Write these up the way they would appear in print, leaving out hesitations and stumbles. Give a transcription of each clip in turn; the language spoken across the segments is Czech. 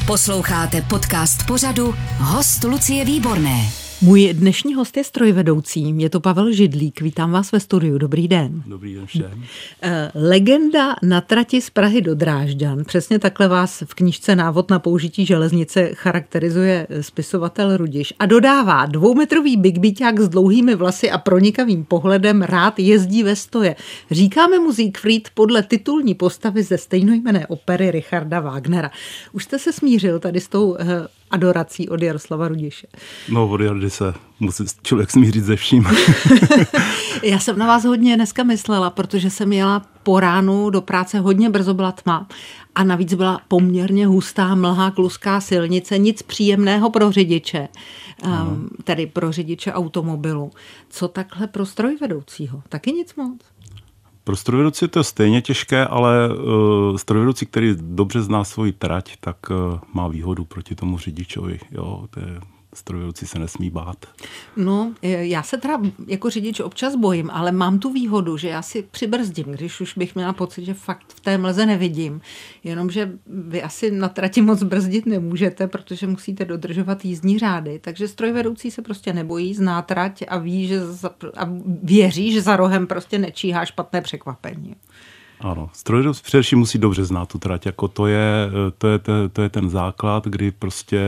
Posloucháte podcast pořadu Host Lucie Výborné. Můj dnešní host je strojvedoucí, je to Pavel Židlík, vítám vás ve studiu, dobrý den. Dobrý den všem. Legenda na trati z Prahy do Drážďan, přesně takhle vás v knížce Návod na použití železnice charakterizuje spisovatel Rudiš a dodává: dvoumetrový bigbyťák s dlouhými vlasy a pronikavým pohledem rád jezdí ve stoje. Říkáme mu Siegfried podle titulní postavy ze stejnojmenné opery Richarda Wagnera. Už jste se smířil tady s tou adorací od Jaroslava Rudiše? No, od Jardy se musí člověk smířit ze vším. Já jsem na vás hodně dneska myslela, protože jsem jela po ránu do práce, hodně brzo byla tma a navíc byla poměrně hustá, mlhá, kluská silnice, nic příjemného pro řidiče, tedy pro řidiče automobilu. Co takhle pro strojvedoucího? Taky nic moc? Pro strojvedoucí je to stejně těžké, ale strojvedoucí, který dobře zná svoji trať, tak má výhodu proti tomu řidičovi. Jo, strojvedoucí se nesmí bát. No, já se teda jako řidič občas bojím, ale mám tu výhodu, že já si přibrzdím, když už bych měla pocit, že fakt v té mlze nevidím. Jenomže vy asi na trati moc brzdit nemůžete, protože musíte dodržovat jízdní řády. Takže strojvedoucí se prostě nebojí, zná trať a ví, že a věří, že za rohem prostě nečíhá špatné překvapení. Ano, strojvedoucí především musí dobře znát tu trať. Jako to je ten základ, kdy prostě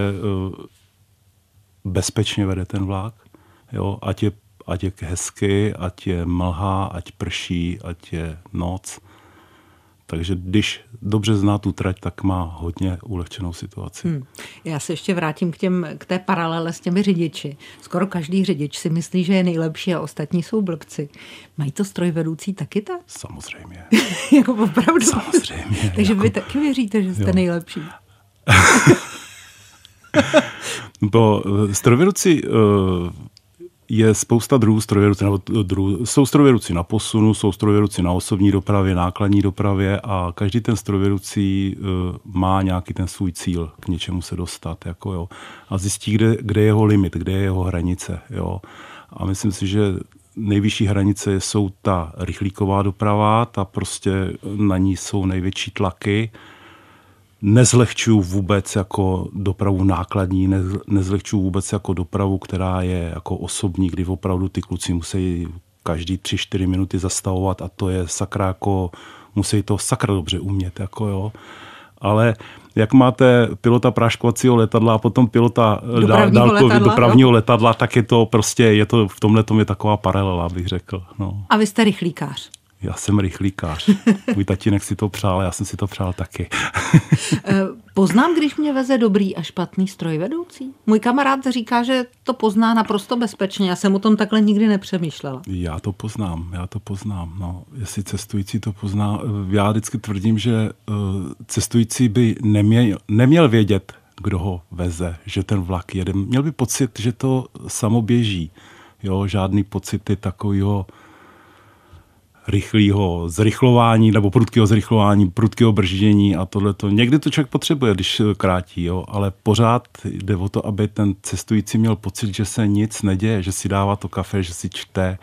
bezpečně vede ten vlak, jo, ať je hezky, ať je mlha, ať prší, ať je noc. Takže když dobře zná tu trať, tak má hodně ulehčenou situaci. Já se ještě vrátím k té paralele s těmi řidiči. Skoro každý řidič si myslí, že je nejlepší a ostatní jsou blbci. Mají to strojvedoucí taky tak? Samozřejmě. Jako opravdu? Samozřejmě. Takže vy taky věříte, že jste nejlepší? Bo strojvedoucí je spousta druhů strojvedoucí. Jsou strojvedoucí na posunu, jsou strojvedoucí na osobní dopravě, nákladní dopravě a každý ten strojvedoucí má nějaký ten svůj cíl, k něčemu se dostat. Jako jo, a zjistí, kde je jeho limit, kde je jeho hranice. Jo. A myslím si, že nejvyšší hranice jsou ta rychlíková doprava, ta prostě na ní jsou největší tlaky. Nezlehčuju vůbec jako dopravu nákladní, nezlehčuju vůbec jako dopravu, která je jako osobní, kdy opravdu ty kluci musí každý 3-4 minuty zastavovat a to je sakra jako, musí to sakra dobře umět, jako jo. Ale jak máte pilota práškovacího letadla a potom pilota dopravního letadla, tak je to prostě, v tomhletom je taková paralela, bych řekl. No. A vy jste rychlíkář? Já jsem rychlíkář. Můj tatínek si to přál, já jsem si to přál taky. Poznám, když mě veze dobrý a špatný strojvedoucí? Můj kamarád říká, že to pozná naprosto bezpečně. Já jsem o tom takhle nikdy nepřemýšlela. Já to poznám. No, jestli cestující to pozná. Já vždycky tvrdím, že cestující by neměl vědět, kdo ho veze, že ten vlak jede. Měl by pocit, že to samo běží. Jo, žádný pocity takového rychlého zrychlování nebo prudkého zrychlování, prudkého brždění a tohleto. Někdy to člověk potřebuje, když krátí, jo, ale pořád jde o to, aby ten cestující měl pocit, že se nic neděje, že si dává to kafe, že si čte,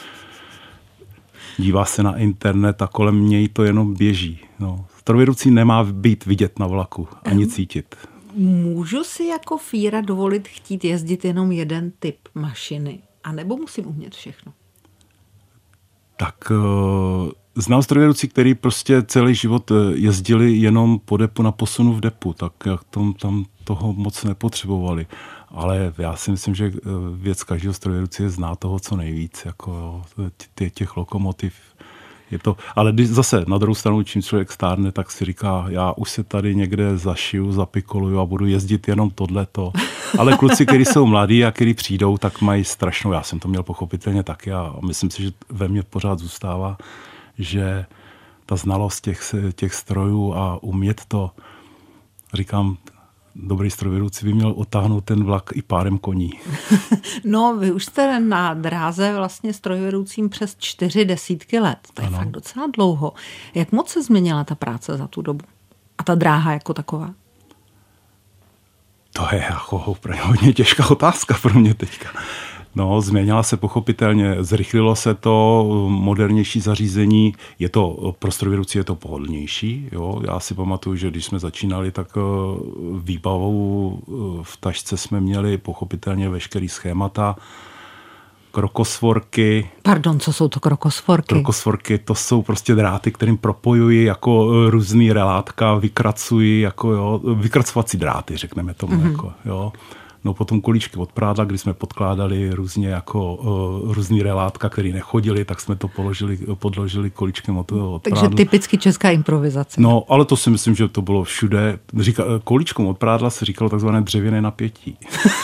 dívá se na internet a kolem něj to jenom běží. No. Strojvedoucí nemá být vidět na vlaku ani cítit. Můžu si jako fíra dovolit chtít jezdit jenom jeden typ mašiny, anebo musím umět všechno? Tak znám strojvedoucí, který prostě celý život jezdili jenom po depu na posunu v depu, tak jak tam toho moc nepotřebovali. Ale já si myslím, že věc každého strojvedoucí je zná toho co nejvíc, jako těch lokomotiv. Je to, ale zase na druhou stranu, čím člověk stárne, tak si říká, já už se tady někde zašiju, zapikoluju a budu jezdit jenom tohleto. Ale kluci, kteří jsou mladí a kteří přijdou, tak mají strašnou, já jsem to měl pochopitelně taky a myslím si, že ve mně pořád zůstává, že ta znalost těch strojů a umět to, říkám, dobrý strojvedoucí by měl otáhnout ten vlak i párem koní. No, vy už jste na dráze vlastně strojvedoucím přes 40 let. To je fakt docela dlouho. Jak moc se změnila ta práce za tu dobu? A ta dráha jako taková? To je jako úplně hodně těžká otázka pro mě teďka. No, změnila se pochopitelně, zrychlilo se to, modernější zařízení, je to pro strojvedoucí je to pohodlnější. Jo? Já si pamatuju, že když jsme začínali, tak výbavou v tašce jsme měli pochopitelně veškerý schémata, krokosvorky. Pardon, co jsou to krokosvorky? Krokosvorky, to jsou prostě dráty, kterým propojují jako různý relátka, vykracují jako vykracovací dráty, řekneme tomu. Jako, jo. No potom kolíčky od prádla, kdy jsme podkládali různě jako různý relátka, který nechodili, tak jsme to podložili kolíčkem od prádla. Takže typicky česká improvizace. No, ale to si myslím, že to bylo všude. Kolíčkom od prádla se říkalo takzvané dřevěné napětí.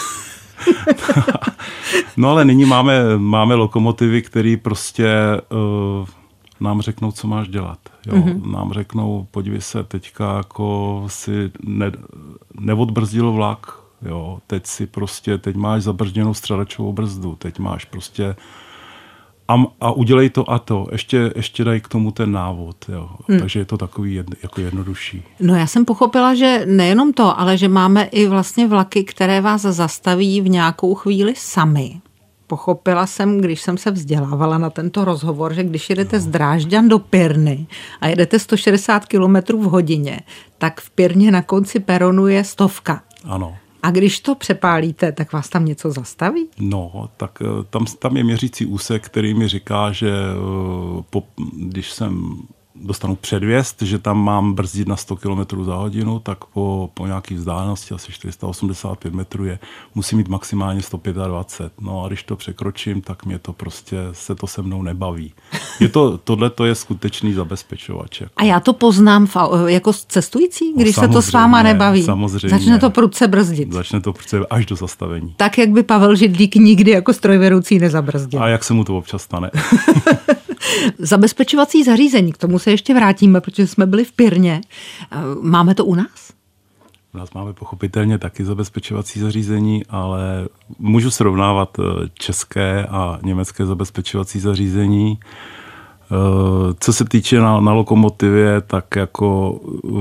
No ale nyní máme lokomotivy, které prostě nám řeknou, co máš dělat. Jo? Nám řeknou, podívej se, teďka jako si neodbrzdil vlak, jo? Teď máš zabrzděnou střadačovou brzdu, teď máš prostě a udělej to a to. Ještě daj k tomu ten návod. Jo. Takže je to takový jako jednodušší. No já jsem pochopila, že nejenom to, ale že máme i vlastně vlaky, které vás zastaví v nějakou chvíli sami. Pochopila jsem, když jsem se vzdělávala na tento rozhovor, že když jedete z Drážďan do Pirny a jedete 160 km v hodině, tak v Pirně na konci peronu je 100. Ano. A když to přepálíte, tak vás tam něco zastaví? No, tak tam je měřící úsek, který mi říká, že když jsem dostanu předvěst, že tam mám brzdit na 100 km za hodinu, tak po nějaké vzdálenosti, asi 485 metrů, musím mít maximálně 125. No a když to překročím, tak mě to prostě se to se mnou nebaví. Tohle je skutečný zabezpečovač. Jako. A já to poznám jako cestující, když se to s váma nebaví. Samozřejmě. Začne to prudce brzdit. Začne to prudce až do zastavení. Tak, jak by Pavel Židlík nikdy jako strojvedoucí nezabrzdil. A jak se mu to občas stane. Zabezpečovací zařízení, k tomu se ještě vrátíme, protože jsme byli v Pirně. Máme to u nás? U nás máme pochopitelně taky zabezpečovací zařízení, ale můžu srovnávat české a německé zabezpečovací zařízení. Co se týče na lokomotivě, tak jako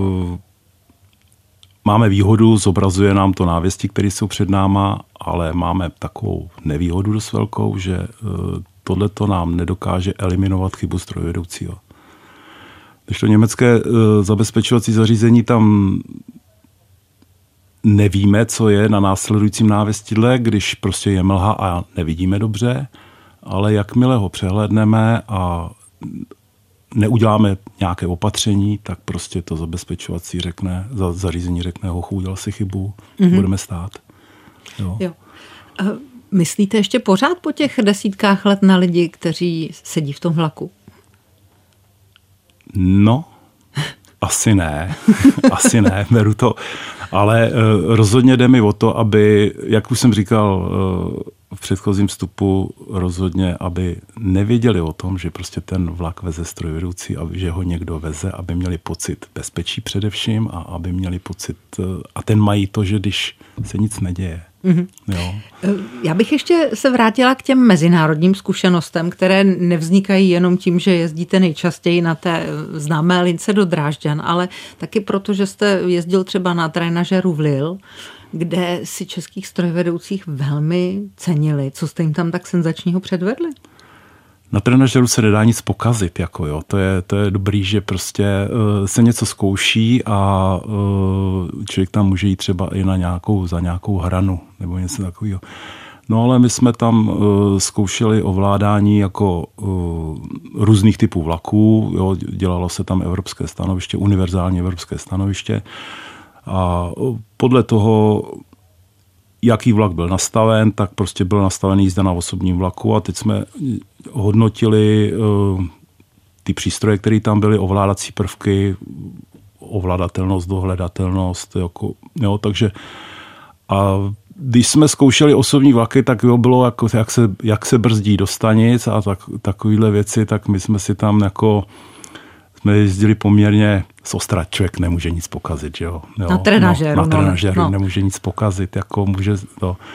máme výhodu, zobrazuje nám to návěstí, které jsou před náma, ale máme takovou nevýhodu dost velkou, že tohleto nám nedokáže eliminovat chybu strojvedoucího. Když to německé zabezpečovací zařízení, tam nevíme, co je na následujícím návěstidle, když prostě je mlha a nevidíme dobře, ale jakmile ho přehlédneme a neuděláme nějaké opatření, tak prostě to zabezpečovací zařízení řekne, hochu, udělal si chybu, budeme stát. Jo. Myslíte ještě pořád po těch desítkách let na lidi, kteří sedí v tom vlaku? No, asi ne. Asi ne, beru to. Ale rozhodně jde mi o to, aby, jak už jsem říkal v předchozím vstupu, rozhodně, aby nevěděli o tom, že prostě ten vlak veze strojvedoucí a že ho někdo veze, aby měli pocit bezpečí především a aby měli pocit, a ten mají to, že když se nic neděje. Jo. Já bych ještě se vrátila k těm mezinárodním zkušenostem, které nevznikají jenom tím, že jezdíte nejčastěji na té známé lince do Drážďan, ale taky proto, že jste jezdil třeba na trenažeru v Lille, kde si českých strojvedoucích velmi cenili. Co jste jim tam tak senzačního předvedli? Na trenažeru se nedá nic pokazit, jako jo. To je dobrý, že prostě se něco zkouší a člověk tam může jít třeba i za nějakou hranu nebo něco takového. No ale my jsme tam zkoušeli ovládání jako různých typů vlaků, jo. Dělalo se tam evropské stanoviště, univerzální evropské stanoviště a podle toho, jaký vlak byl nastaven, tak prostě byl nastavený jízda na osobním vlaku a teď jsme hodnotili ty přístroje, které tam byly, ovládací prvky, ovladatelnost, dohledatelnost, jo, takže a když jsme zkoušeli osobní vlaky, tak bylo jako, jak se brzdí do stanic a takovýhle věci, tak my jsme si tam jako jsme jezdili poměrně z ostra, člověk nemůže nic pokazit, že jo. Na trenažéru. Nemůže nic pokazit, jako může to.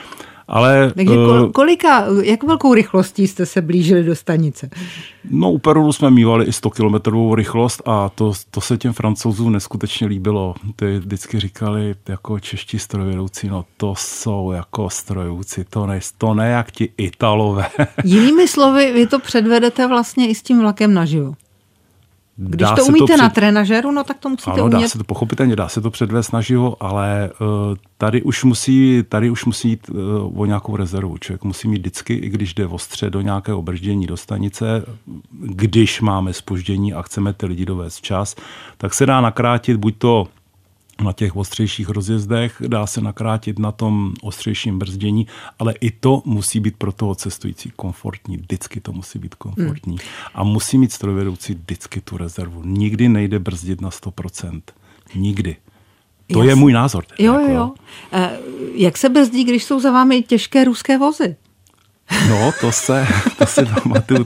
Ale, takže jak velkou rychlostí jste se blížili do stanice? No u Peronu jsme mívali i 100 kilometrovou rychlost a to se těm Francouzům neskutečně líbilo. Ty vždycky říkali jako čeští strojvedoucí, no to jsou jako strojvůdci, to ne jak ti Italové. Jinými slovy, vy to předvedete vlastně i s tím vlakem naživo. Když to umíte na trenažéru, no tak to musíte umět. Dá se to pochopitelně, dá se to předvést naživo, ale tady už musí jít o nějakou rezervu. Člověk musí mít vždycky, i když jde ostře do nějakého brždění do stanice, když máme zpoždění a chceme ty lidi dovést včas, tak se dá nakrátit buď to na těch ostřejších rozjezdech, dá se nakrátit na tom ostřejším brzdění, ale i to musí být pro toho cestující komfortní. Vždycky to musí být komfortní. A musí mít strojvedoucí vždycky tu rezervu. Nikdy nejde brzdit na 100%. Nikdy. To je můj názor. Jo. Jak se brzdí, když jsou za vámi těžké ruské vozy? No, to si pamatuju.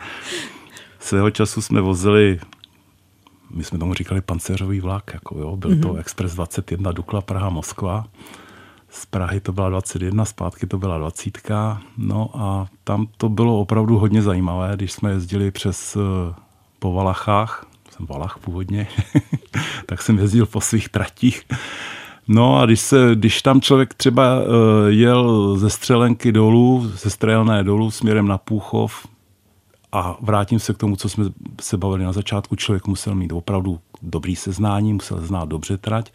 Svého času jsme vozili, my jsme tomu říkali pancéřový vlak, byl to Express 21 Dukla Praha Moskva. Z Prahy to byla 21, zpátky to byla 20. No a tam to bylo opravdu hodně zajímavé, když jsme jezdili po Valachách, jsem Valach původně, tak jsem jezdil po svých tratích. No a když tam člověk třeba jel ze Střelenky dolů, ze Střelné dolů směrem na Půchov, a vrátím se k tomu, co jsme se bavili na začátku, člověk musel mít opravdu dobrý seznání, musel znát dobře trať.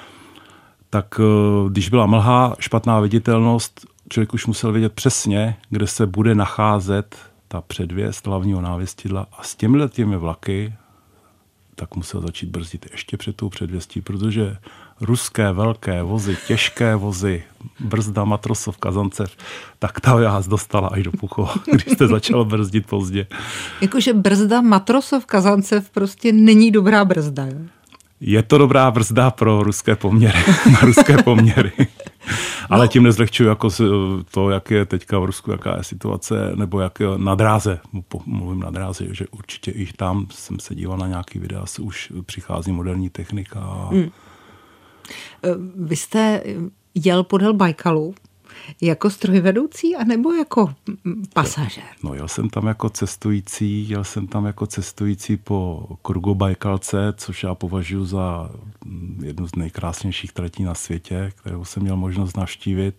Tak když byla mlha, špatná viditelnost, člověk už musel vědět přesně, kde se bude nacházet ta předvěst hlavního návěstidla a s těmi vlaky tak musel začít brzdit ještě před tou předvěstí, protože ruské velké vozy, těžké vozy, brzda Matrosov, Kazancev, tak ta vás dostala až do Půchova, když jste začal brzdit pozdě. Jakože brzda Matrosov, Kazancev prostě není dobrá brzda, jo? Je to dobrá brzda pro ruské poměry, na ruské poměry. Ale tím nezlehčuju jako to, jak je teďka v Rusku, jaká je situace, nebo jak je na dráze. Mluvím na dráze, že určitě i tam jsem se díval na nějaký videa, už přichází moderní technika. Vy jste jel podél Bajkalu jako strojvedoucí anebo jako pasažér? No, jel jsem tam jako cestující po Krugo-Bajkalce, což já považuji za jednu z nejkrásnějších tratí na světě, kterou jsem měl možnost navštívit.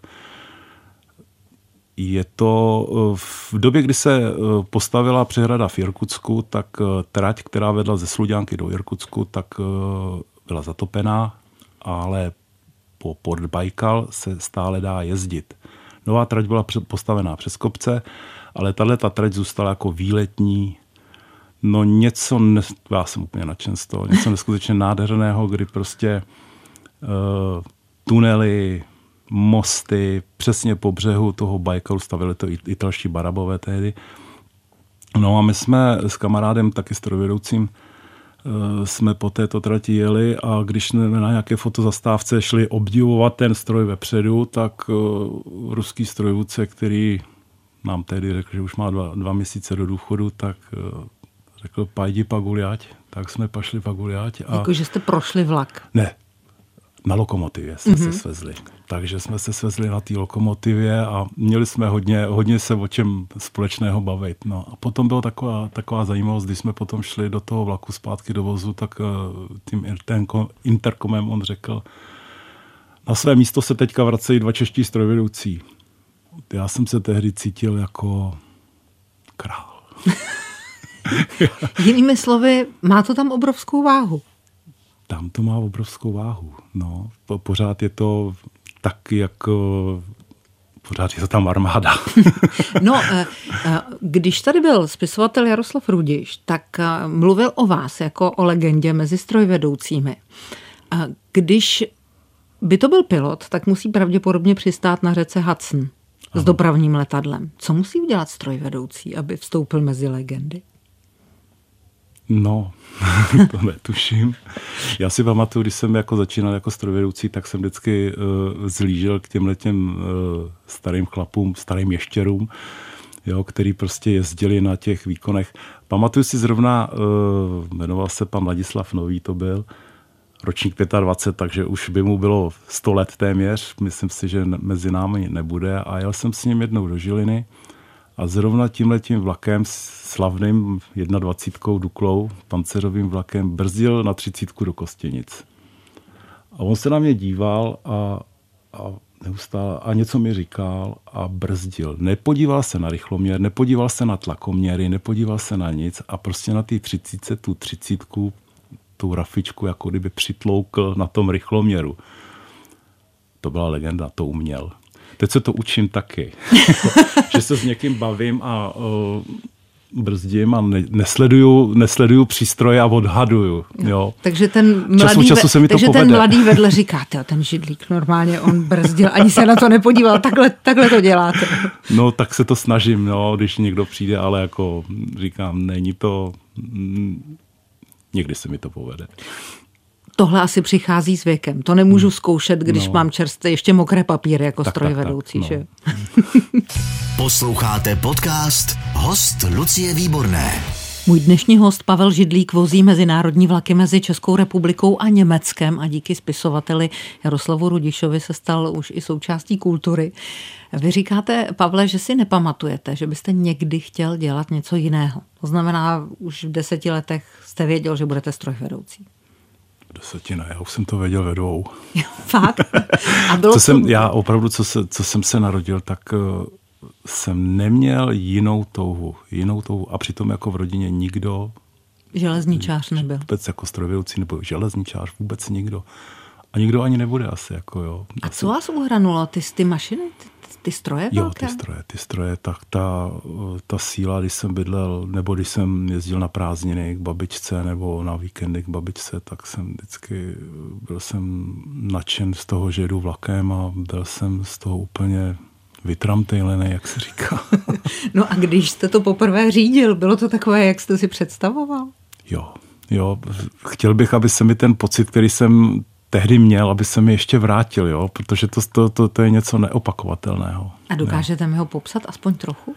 Je to v době, kdy se postavila přehrada v Irkutsku, tak trať, která vedla ze Sluďánky do Irkutsku, tak byla zatopená, ale po Port Bajkal se stále dá jezdit. Nová trať byla postavená přes kopce, ale tato trať zůstala jako výletní. No já jsem úplně nadšen z toho, něco neskutečně nádherného, kdy prostě tunely, mosty, přesně po břehu toho Bajkalu stavili to italští Barabové tehdy. No a my jsme s kamarádem, taky strojvedoucím, jsme po této trati jeli a když jsme na nějaké fotozastávce šli obdivovat ten stroj vepředu, tak ruský strojvůdce, který nám tehdy řekl, že už má 2 měsíce do důchodu, tak řekl, pajdi paguliať, tak jsme pašli paguliať. Jakože jste prošli vlak? Ne, na lokomotivě jsme se svezli. Takže jsme se svezli na té lokomotivě a měli jsme hodně se o čem společného bavit. No a potom byla taková zajímavost, když jsme potom šli do toho vlaku zpátky do vozu, tak tím interkomem on řekl, na své místo se teďka vracejí 2 čeští strojvedoucí. Já jsem se tehdy cítil jako král. Jinými slovy, má to tam obrovskou váhu. Tam to má obrovskou váhu. No, pořád je to tak, jako pořád je to tam armáda. No, když tady byl spisovatel Jaroslav Rudiš, tak mluvil o vás jako o legendě mezi strojvedoucími. Když by to byl pilot, tak musí pravděpodobně přistát na řece Hudson s dopravním letadlem. Co musí udělat strojvedoucí, aby vstoupil mezi legendy? No, to netuším. Já si pamatuju, když jsem jako začínal jako strojvedoucí, tak jsem vždycky zlížel k těmhletěm starým chlapům, starým ještěrům, jo, který prostě jezdili na těch výkonech. Pamatuju si zrovna, jmenoval se pan Ladislav Nový, to byl, ročník 25, takže už by mu bylo 100 let téměř. Myslím si, že mezi námi nebude. A jel jsem s ním jednou do Žiliny a zrovna tímhletím vlakem slavným 21 Duklou, pancéřovým vlakem, brzdil na 30 do Kostěnic. A on se na mě díval a neustále a něco mi říkal a brzdil. Nepodíval se na rychloměr, nepodíval se na tlakoměry, nepodíval se na nic a prostě na ty 30, tu 30, tu rafičku, jako kdyby přitloukl na tom rychloměru. To byla legenda, to uměl. Teď se to učím taky. Že se s někým bavím a brzdím a nesleduju přístroje a odhaduju. Jo. Takže ten mladý vedle říká, ten Židlík normálně on brzdil, ani se na to nepodíval, takhle to děláte. No tak se to snažím, no, když někdo přijde, ale jako říkám, není to, někdy se mi to povede. Tohle asi přichází s věkem. To nemůžu zkoušet, když mám čerstvě ještě mokré papíry jako strojvedoucí. Že? Posloucháte podcast Host Lucie Výborné. Můj dnešní host Pavel Židlík vozí mezinárodní vlaky mezi Českou republikou a Německem a díky spisovateli Jaroslavu Rudišovi se stal už i součástí kultury. Vy říkáte, Pavle, že si nepamatujete, že byste někdy chtěl dělat něco jiného. To znamená, už v 10 letech jste věděl, že budete strojvedoucí. 10 ne, já už jsem to věděl ve 2. Fakt? A bylo já opravdu, co jsem se narodil, tak jsem neměl jinou touhu. A přitom jako v rodině nikdo... Železničář nebyl. Vůbec jako strojvedoucí nebo železničář, vůbec nikdo. A nikdo ani nebude asi. Jako, jo. A co vás uhranulo? Ty mašiny? Ty stroje velké? Jo, ty stroje. Tak ta síla, když jsem bydlel, nebo když jsem jezdil na prázdniny k babičce, nebo na víkendy k babičce, tak jsem vždycky byl jsem nadšen z toho, že jedu vlakem a byl jsem z toho úplně vytramtejlený, jak se říká. No a když jste to poprvé řídil, bylo to takové, jak jste si představoval? Jo. Chtěl bych, aby se mi ten pocit, který jsem tehdy měl, aby se mi ještě vrátil, jo, protože to je něco neopakovatelného. A dokážete mi ho popsat aspoň trochu?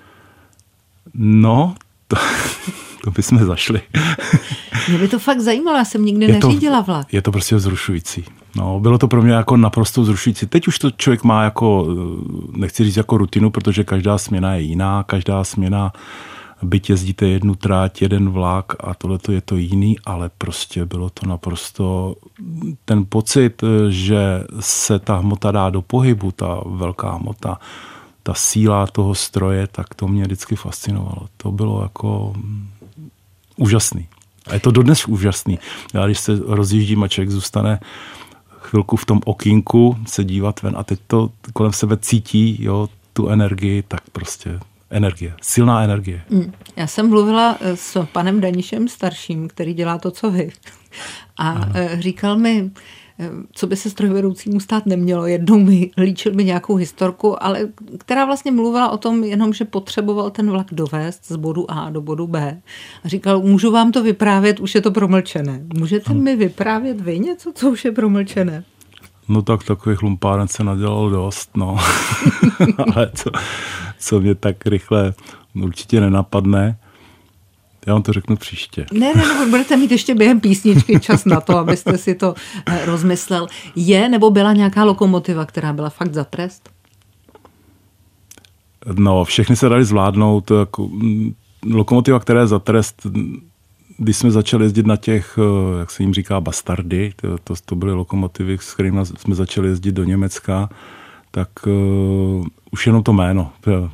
No, to bychom zašli. Mě by to fakt zajímalo, já jsem nikdy neřídila vlak. Je to prostě vzrušující. No, bylo to pro mě jako naprosto vzrušující. Teď už to člověk má jako, nechci říct jako rutinu, protože každá směna je jiná, každá směna, byť jezdíte jednu tráť, jeden vlak a tohleto je to jiný, ale prostě bylo to naprosto ten pocit, že se ta hmota dá do pohybu, ta velká hmota, ta síla toho stroje, tak to mě vždycky fascinovalo. To bylo jako úžasný. A je to dodnes úžasný. Já když se rozjíždím a člověk zůstane chvilku v tom okýnku se dívat ven a teď to kolem sebe cítí, jo, tu energii, tak prostě energie, silná energie. Já jsem mluvila s panem Danišem starším, který dělá to, co vy. A říkal mi, co by se strojvedoucímu stát nemělo. Jednou líčil mi nějakou historku, ale která vlastně mluvila o tom jenom, že potřeboval ten vlak dovést z bodu A do bodu B. A říkal, můžu vám to vyprávět, už je to promlčené. Můžete mi vyprávět vy něco, co už je promlčené? No tak takových lumpáren se nadělalo dost, no. Ale co mě tak rychle určitě nenapadne, já vám to řeknu příště. Ne, budete mít ještě během písničky čas na to, abyste si to rozmyslel. Je nebo byla nějaká lokomotiva, která byla fakt za trest? No, všechny se dali zvládnout. Jako, lokomotiva, která je za trest, když jsme začali jezdit na těch, jak se jim říká, bastardy, to byly lokomotivy, s kterými jsme začali jezdit do Německa, tak už jenom to jméno.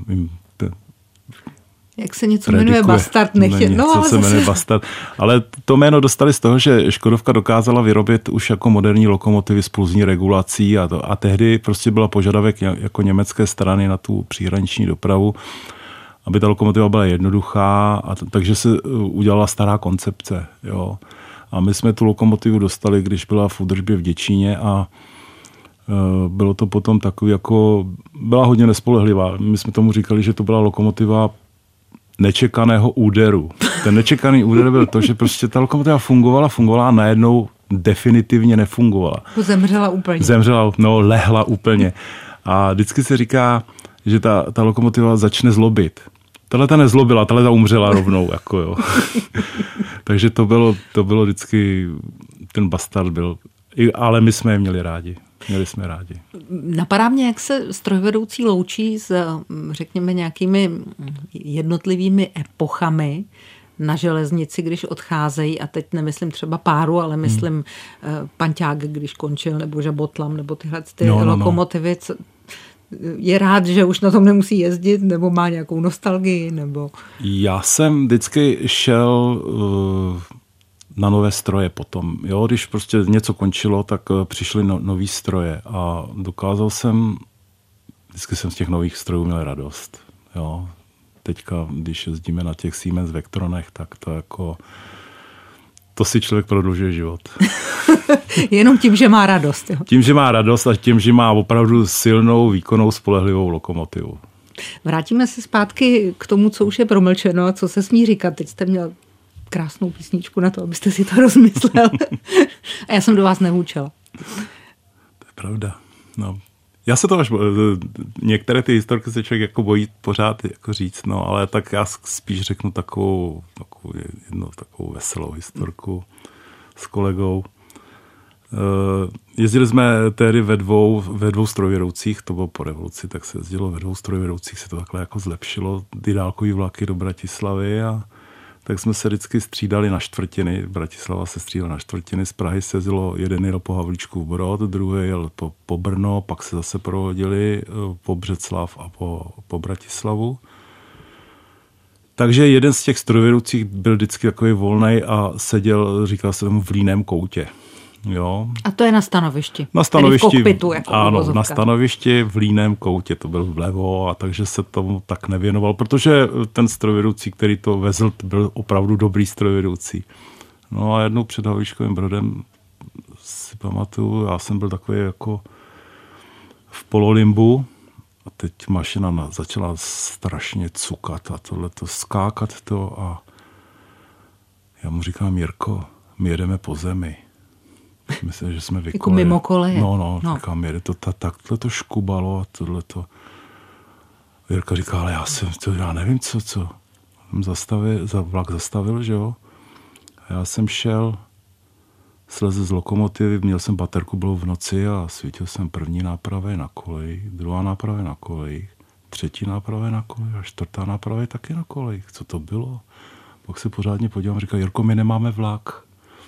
Jak se něco jmenuje Bastard, jmenuje Bastard. Ale to jméno dostali z toho, že Škodovka dokázala vyrobit už jako moderní lokomotivy s pulzní regulací a tehdy prostě byla požadavek jako německé strany na tu příhraniční dopravu, aby ta lokomotiva byla jednoduchá, takže se udělala stará koncepce. Jo. A my jsme tu lokomotivu dostali, když byla v údržbě v Děčíně a bylo to potom takový jako, byla hodně nespolehlivá. My jsme tomu říkali, že to byla lokomotiva nečekaného úderu. Ten nečekaný úder byl to, že prostě ta lokomotiva fungovala a najednou definitivně nefungovala. Zemřela úplně. Lehla úplně. A vždycky se říká, že ta lokomotiva začne zlobit. Tahle ta nezlobila, tahle ta umřela rovnou. Jako jo. Takže to bylo vždycky, ten Bastard byl Ale my jsme je měli rádi. Měli jsme rádi. Napadá mě, jak se strojvedoucí loučí s, řekněme, nějakými jednotlivými epochami na železnici, když odcházejí, a teď nemyslím třeba páru, ale myslím Panťák, když končil, nebo Žabotlam, nebo tyhle lokomotivy. Je rád, že už na tom nemusí jezdit, nebo má nějakou nostalgii, nebo... Já jsem vždycky šel na nové stroje potom. Jo, když prostě něco končilo, tak přišly nový stroje a vždycky jsem z těch nových strojů měl radost. Jo. Teďka, když jezdíme na těch Siemens Vectronech, tak to si člověk prodlužuje život. Jenom tím, že má radost. Jo. Tím, že má radost a tím, že má opravdu silnou, výkonnou, spolehlivou lokomotivu. Vrátíme se zpátky k tomu, co už je promlčeno a co se smí říkat. Teď jste měl krásnou písničku na to, abyste si to rozmyslel. A já jsem do vás nevůčela. To je pravda. No. Já se to některé ty historky se člověk jako bojí pořád jako říct, no, ale tak já spíš řeknu takovou veselou historku s kolegou. Jezdili jsme tehdy ve dvou strojvedoucích, to bylo po revoluci, tak se jezdilo ve dvou strojvedoucích, se to takhle jako zlepšilo, ty dálkový vlaky do Bratislavy, a tak jsme se vždycky střídali na čtvrtiny. Bratislava se střídala na čtvrtiny, z Prahy se jezdilo, jeden jel po Havlíčkův Brod, druhý jel po Brno, pak se zase prohodili po Břeclav a po Bratislavu. Takže jeden z těch strojvedoucích byl vždycky takový volnej a seděl, říkal se tomu, v líném koutě. Jo. A to je na stanovišti? Na stanovišti, v kokpitu, jako ano, na stanovišti v líném koutě, to byl vlevo, a takže se tomu tak nevěnoval, protože ten strojvedoucí, který to vezl, byl opravdu dobrý strojvedoucí. No a jednou před Havlíčkovým Brodem si pamatuju, já jsem byl takový jako v pololimbu a teď mašina začala strašně cukat a tohleto, skákat to, a já mu říkám: Jirko, my jedeme po zemi. Myslím, že jsme jako mimo koleje. No. Říkám, jede to takhle to škubalo a tohleto. Jirka říká: ale já nevím, co. Vlak zastavil, že jo. A já jsem slezl z lokomotivy, měl jsem baterku, bylo v noci a svítil jsem první náprava na koleji, druhá náprava na koleji, třetí náprava na koleji a čtvrtá náprava taky na koleji. Co to bylo? Pak se pořádně podívám, říká: Jirko, my nemáme vlak.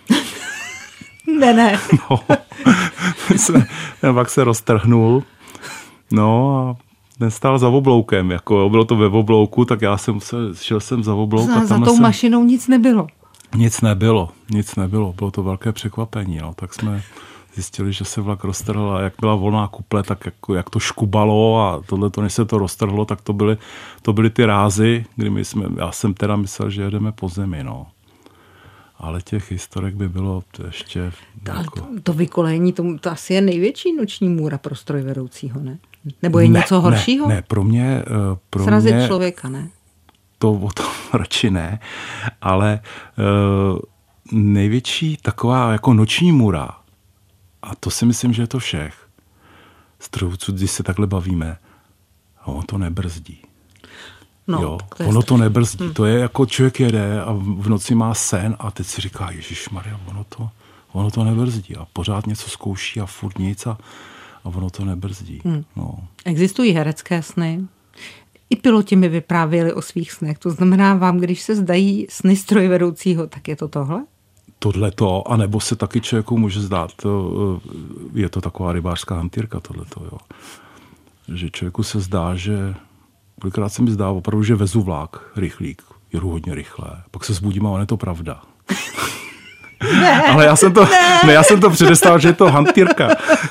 Ne. No, ten vlak se roztrhnul, no a ten stál za obloukem, jako bylo to ve oblouku, tak já šel jsem za oblouk. Za tou mašinou nic nebylo. Nic nebylo, bylo to velké překvapení, no, tak jsme zjistili, že se vlak roztrhl, a jak byla volná kuple, tak jak to škubalo a tohleto, než se to roztrhlo, tak to byly ty rázy, kdy já jsem teda myslel, že jedeme po zemi, no. Ale těch historek by bylo ještě... To vykolejení, to asi je největší noční můra pro strojvedoucího, ne? Nebo je něco horšího? Ne, pro mě... Srazit člověka, ne? To o tom radši ne, ale největší taková jako noční můra, a to si myslím, že je to všech strojvůdců, když se takhle bavíme, on to nebrzdí. No, jo, ono to nebrzdí. To je jako člověk jede a v noci má sen a teď si říká: Ježišmarja, ono to nebrzdí, a pořád něco zkouší a furt nic a ono to nebrzdí. No. Existují herecké sny. I piloti mi vyprávěli o svých snech. To znamená, vám, když se zdají sny strojvedoucího, tak je to tohle? Tohleto, anebo se taky člověku může zdát, je to taková rybářská hantýrka tohleto, jo. Že člověku se zdá, že kolikrát se mi zdá opravdu, že vezu vlak, rychlík, jedu hodně rychle, pak se zbudím a on je to pravda. Ne, ale já jsem to předestal, že je to hantýrka.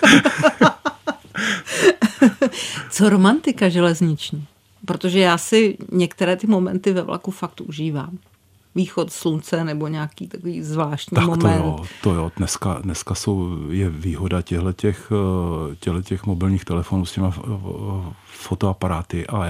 Co romantika železniční? Protože já si některé ty momenty ve vlaku fakt užívám. Východ slunce nebo nějaký takový zvláštní tak moment. To jo. Dneska je výhoda těch mobilních telefonů s těma fotoaparáty a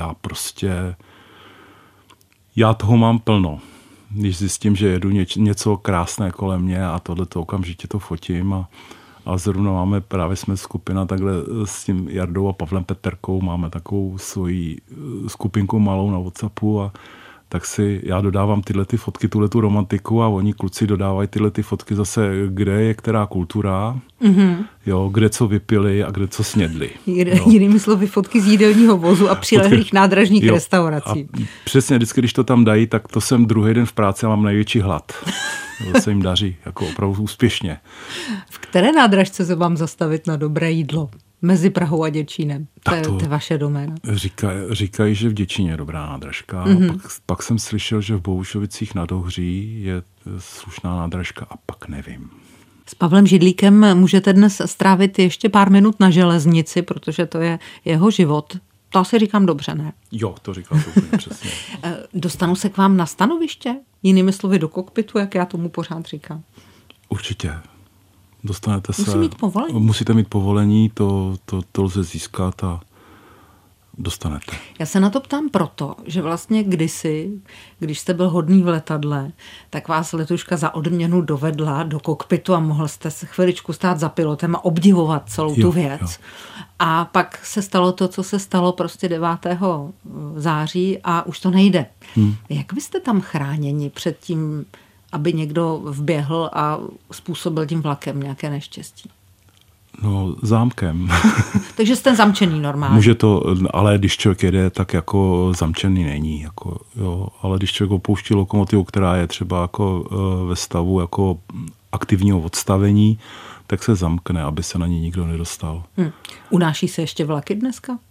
já toho mám plno. Když zjistím, že jedu něco krásné kolem mě a tohleto okamžitě to fotím a zrovna jsme skupina takhle s tím Jardou a Pavlem Peterkou, máme takovou svoji skupinku malou na WhatsAppu a tak si já dodávám tyhle ty fotky, tuhletu romantiku a oni kluci dodávají tyhle ty fotky zase, kde je která kultura, jo, kde co vypili a kde co snědli. Jinými slovy fotky z jídelního vozu a přilehlých nádražních restaurací. A přesně vždycky, když to tam dají, tak to jsem druhý den v práci a mám největší hlad. To se jim daří, jako opravdu úspěšně. V které nádražce se vám zastavit na dobré jídlo? Mezi Prahou a Děčínem. To je vaše doména. Říkají, že v Děčíně je dobrá nádražka. Pak jsem slyšel, že v Bohušovicích nad Ohří je slušná nádražka a pak nevím. S Pavlem Židlíkem můžete dnes strávit ještě pár minut na železnici, protože to je jeho život. To asi říkám dobře, ne? Jo, to říkám úplně přesně. Dostanu se k vám na stanoviště? Jinými slovy do kokpitu, jak já tomu pořád říkám. Určitě. Dostanete se. Musíte mít povolení, to lze získat a dostanete. Já se na to ptám proto, že vlastně kdysi, když jste byl hodný v letadle, tak vás letuška za odměnu dovedla do kokpitu a mohl jste se chviličku stát za pilotem a obdivovat celou tu věc. Jo. A pak se stalo to, co se stalo prostě 9. září a už to nejde. Jak vy jste tam chráněni před tím, aby někdo vběhl a způsobil tím vlakem nějaké neštěstí? No, zámkem. Takže jste zamčený normálně. Může to, ale když člověk jede, tak jako zamčený není. Jako, jo, ale když člověk opouští lokomotivu, která je třeba jako ve stavu jako aktivního odstavení, tak se zamkne, aby se na ní nikdo nedostal. Unáší se ještě vlaky dneska?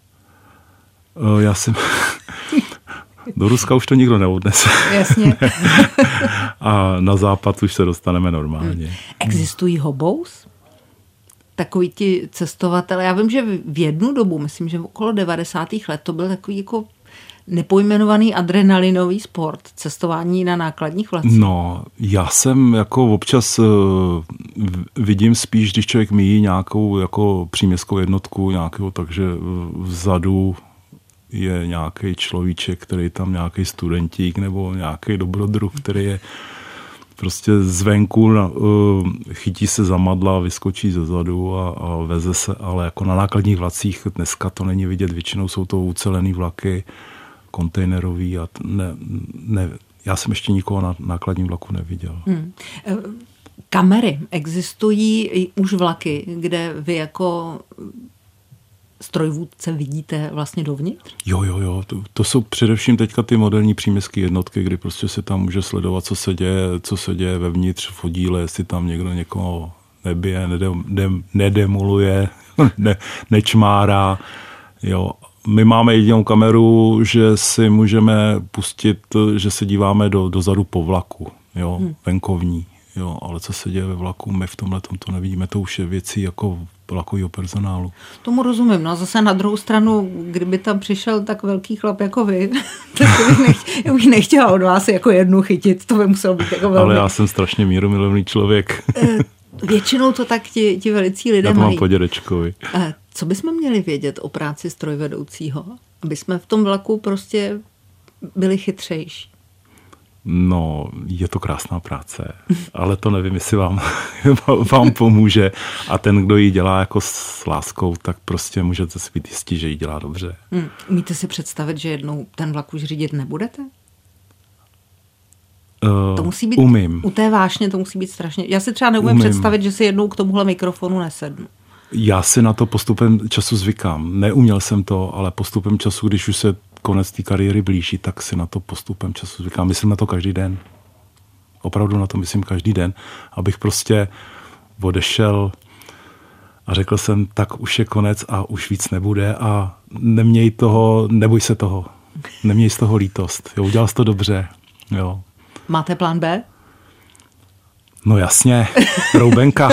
Já jsem... Do Ruska už to nikdo neodnese. Jasně. A na západ už se dostaneme normálně. Existují hobous? Takoví ti cestovatelé. Já vím, že v jednu dobu, myslím, že okolo 90. let, to byl takový jako nepojmenovaný adrenalinový sport, cestování na nákladních vlacích. No, já jsem jako občas vidím spíš, když člověk míjí nějakou jako příměstskou jednotku, nějakou, takže vzadu je nějaký človíček, který tam nějaký studentík nebo nějaký dobrodruh, který je prostě zvenku, chytí se za madla, vyskočí ze zadu a veze se, ale jako na nákladních vlacích dneska to není vidět, většinou jsou to ucelený vlaky, kontejnerový a já jsem ještě nikoho na nákladním vlaku neviděl. Kamery. Existují už vlaky, kde vy jako strojvůdce vidíte vlastně dovnitř? Jo. To jsou především teďka ty moderní příměstské jednotky, kdy prostě se tam může sledovat, co se děje vevnitř v oddíle, jestli tam někdo někoho nebije, nedemoluje, nečmárá. Jo. My máme jedinou kameru, že si můžeme pustit, že se díváme dozadu po vlaku, jo, venkovní. Jo, ale co se děje ve vlaku, my v tomhletom to nevidíme, to už je věcí jako vlakového personálu. Tomu rozumím, no a zase na druhou stranu, kdyby tam přišel tak velký chlap jako vy, tak bych nechtěla od vás jako jednu chytit, to by muselo být jako velmi... Ale já jsem strašně mírumilovný člověk. Většinou to tak ti velicí lidé mají. Já to mám po dědečkovi. Co bychom měli vědět o práci strojvedoucího? Aby jsme v tom vlaku prostě byli chytřejší. No, je to krásná práce, ale to nevím, jestli vám pomůže a ten, kdo ji dělá jako s láskou, tak prostě můžete si být jistí, že ji dělá dobře. Umíte si představit, že jednou ten vlak už řídit nebudete? To musí být, umím. U té vášně to musí být strašně. Já si třeba neumím představit, že si jednou k tomuhle mikrofonu nesednu. Já si na to postupem času zvykám. Neuměl jsem to, ale postupem času, když už se konec té kariéry blíží, tak si na to postupem času zvykám. Myslím na to každý den. Opravdu na to myslím každý den, abych prostě odešel a řekl jsem, tak už je konec a už víc nebude a neboj se toho. Neměj z toho lítost. Jo, udělal jsi to dobře. Jo. Máte plán B? No jasně, roubenka.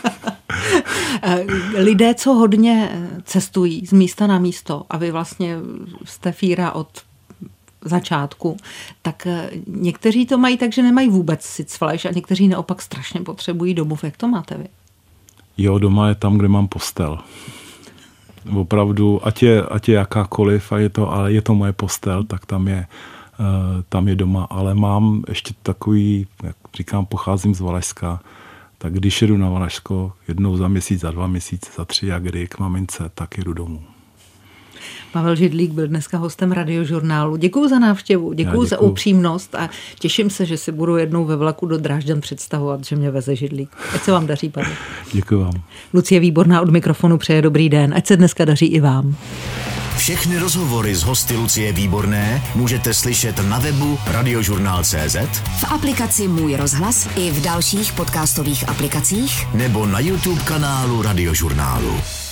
Lidé, co hodně cestují z místa na místo a vy vlastně jste fíra od začátku, tak někteří to mají tak, že nemají vůbec sitzfleisch a někteří naopak strašně potřebují domov. Jak to máte vy? Jo, doma je tam, kde mám postel. Opravdu, ať je jakákoliv, ale je to moje postel, tak tam je doma. Ale mám ještě takový, jak říkám, pocházím z Valašska, tak když jedu na Valašsko jednou za měsíc, za 2 měsíce, za 3 a kdy k mamince, tak jedu domů. Pavel Židlík byl dneska hostem Radiožurnálu. Děkuju za návštěvu, děkuju za upřímnost a těším se, že si budu jednou ve vlaku do Drážďan představovat, že mě veze Židlík. Ať se vám daří, Pavel. Děkuju vám. Lucie Výborná od mikrofonu přeje dobrý den. Ať se dneska daří i vám. Všechny rozhovory s hosty Lucie Výborné můžete slyšet na webu radiožurnál.cz, v aplikaci Můj rozhlas i v dalších podcastových aplikacích nebo na YouTube kanálu Radiožurnálu.